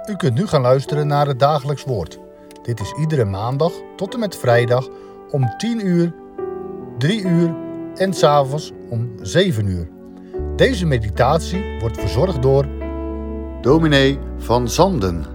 U kunt nu gaan luisteren naar het dagelijks woord. Dit is iedere maandag tot en met vrijdag om 10 uur, 3 uur en 's avonds om 7 uur. Deze meditatie wordt verzorgd door dominee van Zanden.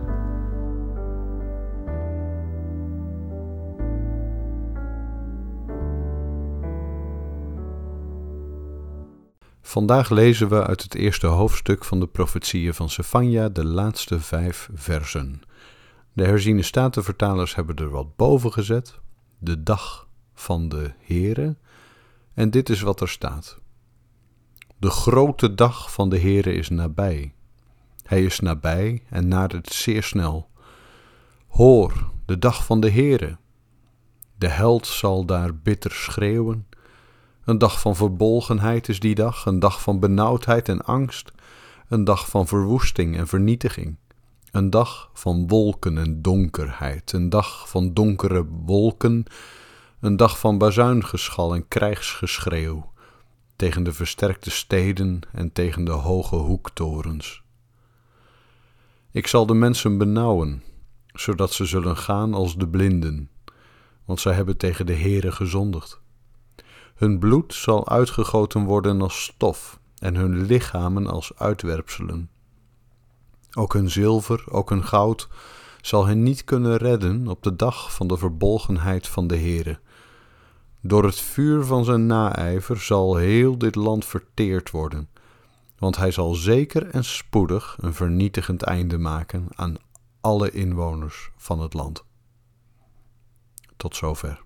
Vandaag lezen we uit het eerste hoofdstuk van de profetieën van Sefanja de laatste 5 versen. De herziene statenvertalers hebben er wat boven gezet, de dag van de Heere, en dit is wat er staat. De grote dag van de Heere is nabij. Hij is nabij en nadert zeer snel. Hoor, de dag van de Heere. De held zal daar bitter schreeuwen. Een dag van verbolgenheid is die dag, een dag van benauwdheid en angst, een dag van verwoesting en vernietiging, een dag van wolken en donkerheid, een dag van donkere wolken, een dag van bazuingeschal en krijgsgeschreeuw, tegen de versterkte steden en tegen de hoge hoektorens. Ik zal de mensen benauwen, zodat ze zullen gaan als de blinden, want zij hebben tegen de Heere gezondigd. Hun bloed zal uitgegoten worden als stof en hun lichamen als uitwerpselen. Ook hun zilver, ook hun goud zal hen niet kunnen redden op de dag van de verbolgenheid van de Heere. Door het vuur van zijn naijver zal heel dit land verteerd worden, want hij zal zeker en spoedig een vernietigend einde maken aan alle inwoners van het land. Tot zover.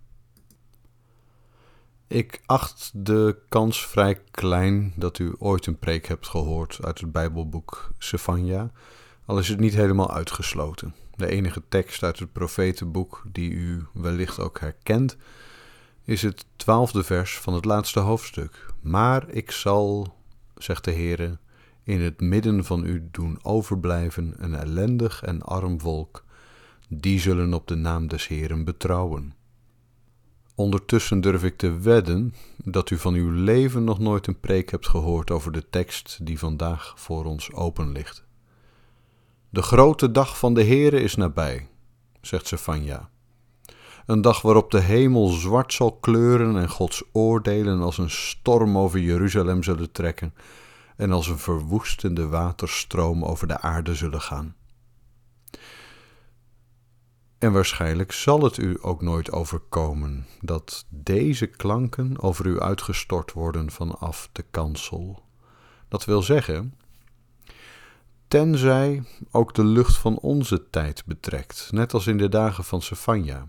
Ik acht de kans vrij klein dat u ooit een preek hebt gehoord uit het Bijbelboek Sefanja, al is het niet helemaal uitgesloten. De enige tekst uit het profetenboek die u wellicht ook herkent, is het 12e vers van het laatste hoofdstuk. Maar ik zal, zegt de Heere, in het midden van u doen overblijven een ellendig en arm volk. Die zullen op de naam des Heeren betrouwen. Ondertussen durf ik te wedden dat u van uw leven nog nooit een preek hebt gehoord over de tekst die vandaag voor ons open ligt. De grote dag van de Heere is nabij, zegt Sefanja. Een dag waarop de hemel zwart zal kleuren en Gods oordelen als een storm over Jeruzalem zullen trekken en als een verwoestende waterstroom over de aarde zullen gaan. En waarschijnlijk zal het u ook nooit overkomen dat deze klanken over u uitgestort worden vanaf de kansel. Dat wil zeggen, tenzij ook de lucht van onze tijd betrekt, net als in de dagen van Sefanja.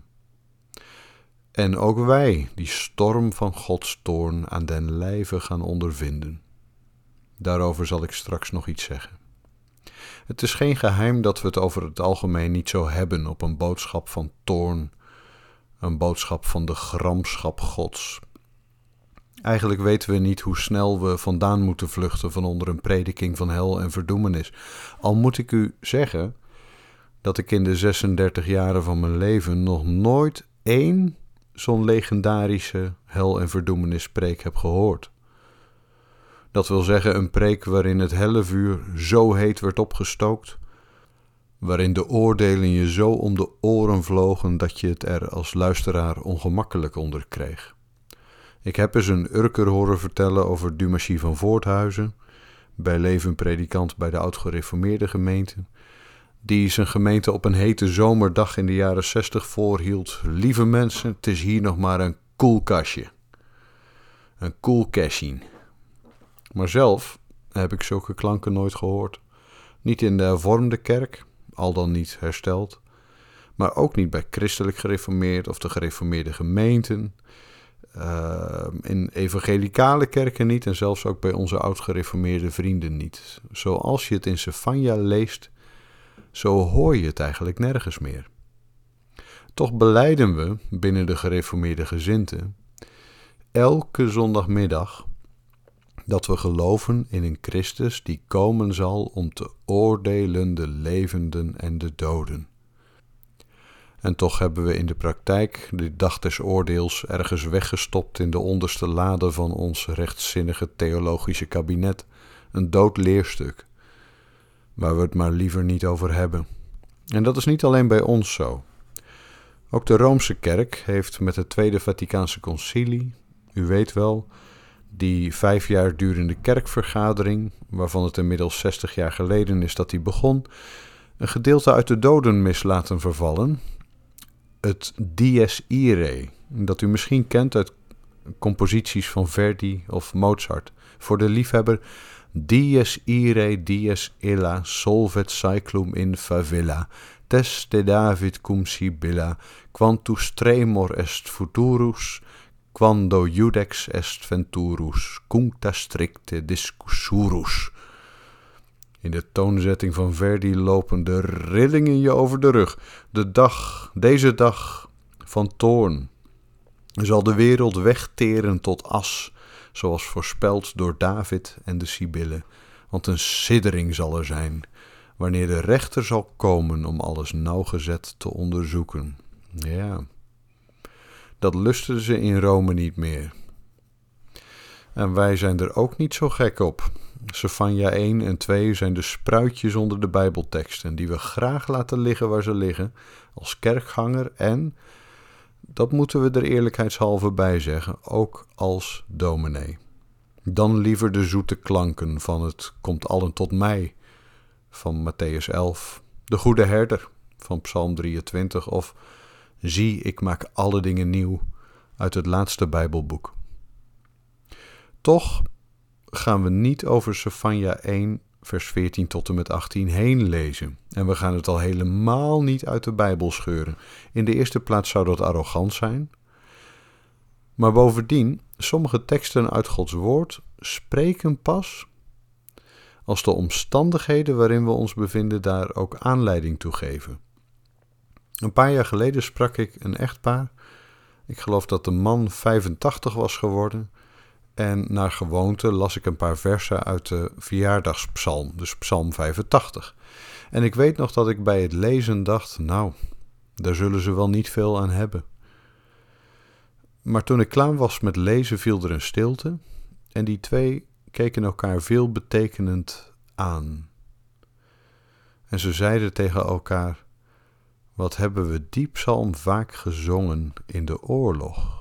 En ook wij die storm van Gods toorn aan den lijve gaan ondervinden. Daarover zal ik straks nog iets zeggen. Het is geen geheim dat we het over het algemeen niet zo hebben op een boodschap van toorn, een boodschap van de gramschap Gods. Eigenlijk weten we niet hoe snel we vandaan moeten vluchten van onder een prediking van hel en verdoemenis. Al moet ik u zeggen dat ik in de 36 jaren van mijn leven nog nooit één zo'n legendarische hel- en verdoemenispreek heb gehoord. Dat wil zeggen een preek waarin het helle vuur zo heet werd opgestookt, waarin de oordelen je zo om de oren vlogen dat je het er als luisteraar ongemakkelijk onder kreeg. Ik heb eens een Urker horen vertellen over Dumasie van Voorthuizen, bij leven predikant bij de oud-gereformeerde gemeente, die zijn gemeente op een hete zomerdag in de jaren 60 voorhield: lieve mensen, het is hier nog maar een koelkastje. Een koelkastje. Maar zelf heb ik zulke klanken nooit gehoord. Niet in de hervormde kerk, al dan niet hersteld, maar ook niet bij christelijk gereformeerd of de gereformeerde gemeenten, in evangelicale kerken niet en zelfs ook bij onze oud-gereformeerde vrienden niet. Zoals je het in Sefanja leest, zo hoor je het eigenlijk nergens meer. Toch belijden we binnen de gereformeerde gezindten elke zondagmiddag dat we geloven in een Christus die komen zal om te oordelen de levenden en de doden. En toch hebben we in de praktijk de dag des oordeels ergens weggestopt in de onderste lade van ons rechtzinnige theologische kabinet, een dood leerstuk, waar we het maar liever niet over hebben. En dat is niet alleen bij ons zo. Ook de Roomse Kerk heeft met het Tweede Vaticaanse Concilie, u weet wel, die 5 jaar durende kerkvergadering, waarvan het inmiddels 60 jaar geleden is dat die begon, een gedeelte uit de dodenmis laten vervallen, het Dies Irae, dat u misschien kent uit composities van Verdi of Mozart. Voor de liefhebber: Dies irae, dies illa, solvet saeclum in favilla, teste David cum Sibylla, quantus tremor est futurus, quando judex est venturus, cuncta stricte discussurus. In de toonzetting van Verdi lopen de rillingen je over de rug. Deze dag van toorn, zal de wereld wegteren tot as, zoals voorspeld door David en de Sibylle. Want een siddering zal er zijn, wanneer de rechter zal komen om alles nauwgezet te onderzoeken. Ja, dat lusten ze in Rome niet meer. En wij zijn er ook niet zo gek op. Sefanja 1 en 2 zijn de spruitjes onder de Bijbelteksten, die we graag laten liggen waar ze liggen, als kerkganger en, dat moeten we er eerlijkheidshalve bij zeggen, ook als dominee. Dan liever de zoete klanken van het komt allen tot mij, van Matthäus 11, de goede herder, van Psalm 23, of zie, ik maak alle dingen nieuw, uit het laatste Bijbelboek. Toch gaan we niet over Sefanja 1, vers 14 tot en met 18 heen lezen. En we gaan het al helemaal niet uit de Bijbel scheuren. In de eerste plaats zou dat arrogant zijn. Maar bovendien, sommige teksten uit Gods woord spreken pas als de omstandigheden waarin we ons bevinden daar ook aanleiding toe geven. Een paar jaar geleden sprak ik een echtpaar. Ik geloof dat de man 85 was geworden. En naar gewoonte las ik een paar versen uit de verjaardagspsalm, dus psalm 85. En ik weet nog dat ik bij het lezen dacht, nou, daar zullen ze wel niet veel aan hebben. Maar toen ik klaar was met lezen viel er een stilte en die twee keken elkaar veelbetekenend aan. En ze zeiden tegen elkaar, wat hebben we die psalm vaak gezongen in de oorlog.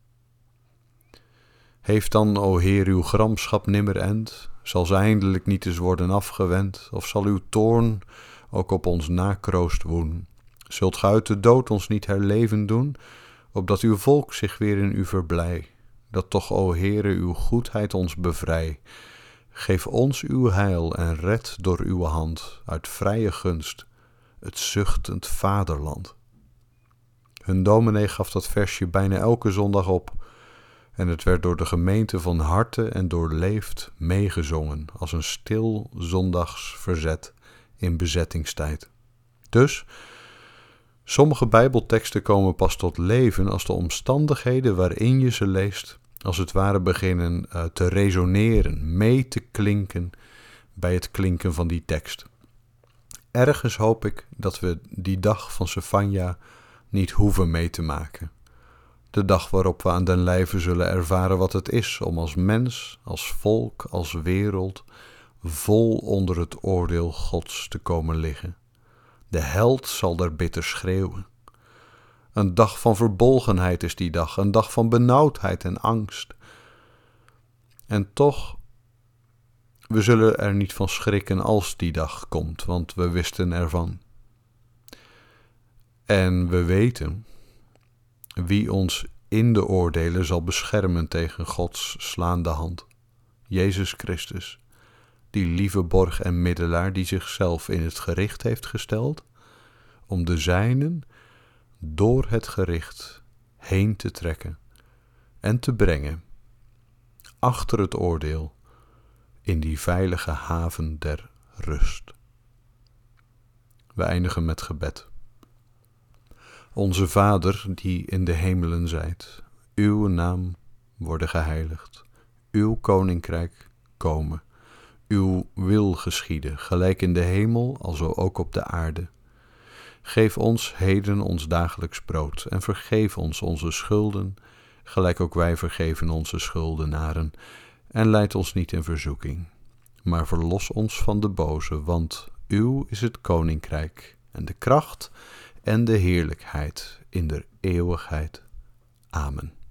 Heeft dan, o Heer, uw gramschap nimmer end? Zal ze eindelijk niet eens worden afgewend? Of zal uw toorn ook op ons nakroost woen? Zult ge uit de dood ons niet herleven doen, opdat uw volk zich weer in u verblij? Dat toch, o Heere, uw goedheid ons bevrij. Geef ons uw heil en red door uw hand, uit vrije gunst, het zuchtend vaderland. Hun dominee gaf dat versje bijna elke zondag op, en het werd door de gemeente van harte en doorleefd meegezongen als een stil zondags verzet in bezettingstijd. Dus, sommige Bijbelteksten komen pas tot leven als de omstandigheden waarin je ze leest, als het ware beginnen te resoneren, mee te klinken bij het klinken van die tekst. Ergens hoop ik dat we die dag van Sefanja niet hoeven mee te maken. De dag waarop we aan den lijve zullen ervaren wat het is om als mens, als volk, als wereld, vol onder het oordeel Gods te komen liggen. De held zal daar bitter schreeuwen. Een dag van verbolgenheid is die dag, een dag van benauwdheid en angst. En toch, we zullen er niet van schrikken als die dag komt, want we wisten ervan. En we weten wie ons in de oordelen zal beschermen tegen Gods slaande hand. Jezus Christus, die lieve borg en middelaar die zichzelf in het gericht heeft gesteld, om de zijnen door het gericht heen te trekken en te brengen, achter het oordeel, in die veilige haven der rust. We eindigen met gebed. Onze Vader, die in de hemelen zijt, uw naam worden geheiligd, uw koninkrijk komen, uw wil geschieden, gelijk in de hemel, alzo ook op de aarde. Geef ons heden ons dagelijks brood en vergeef ons onze schulden, gelijk ook wij vergeven onze schuldenaren. En leid ons niet in verzoeking, maar verlos ons van de boze, want uw is het koninkrijk en de kracht en de heerlijkheid in der eeuwigheid. Amen.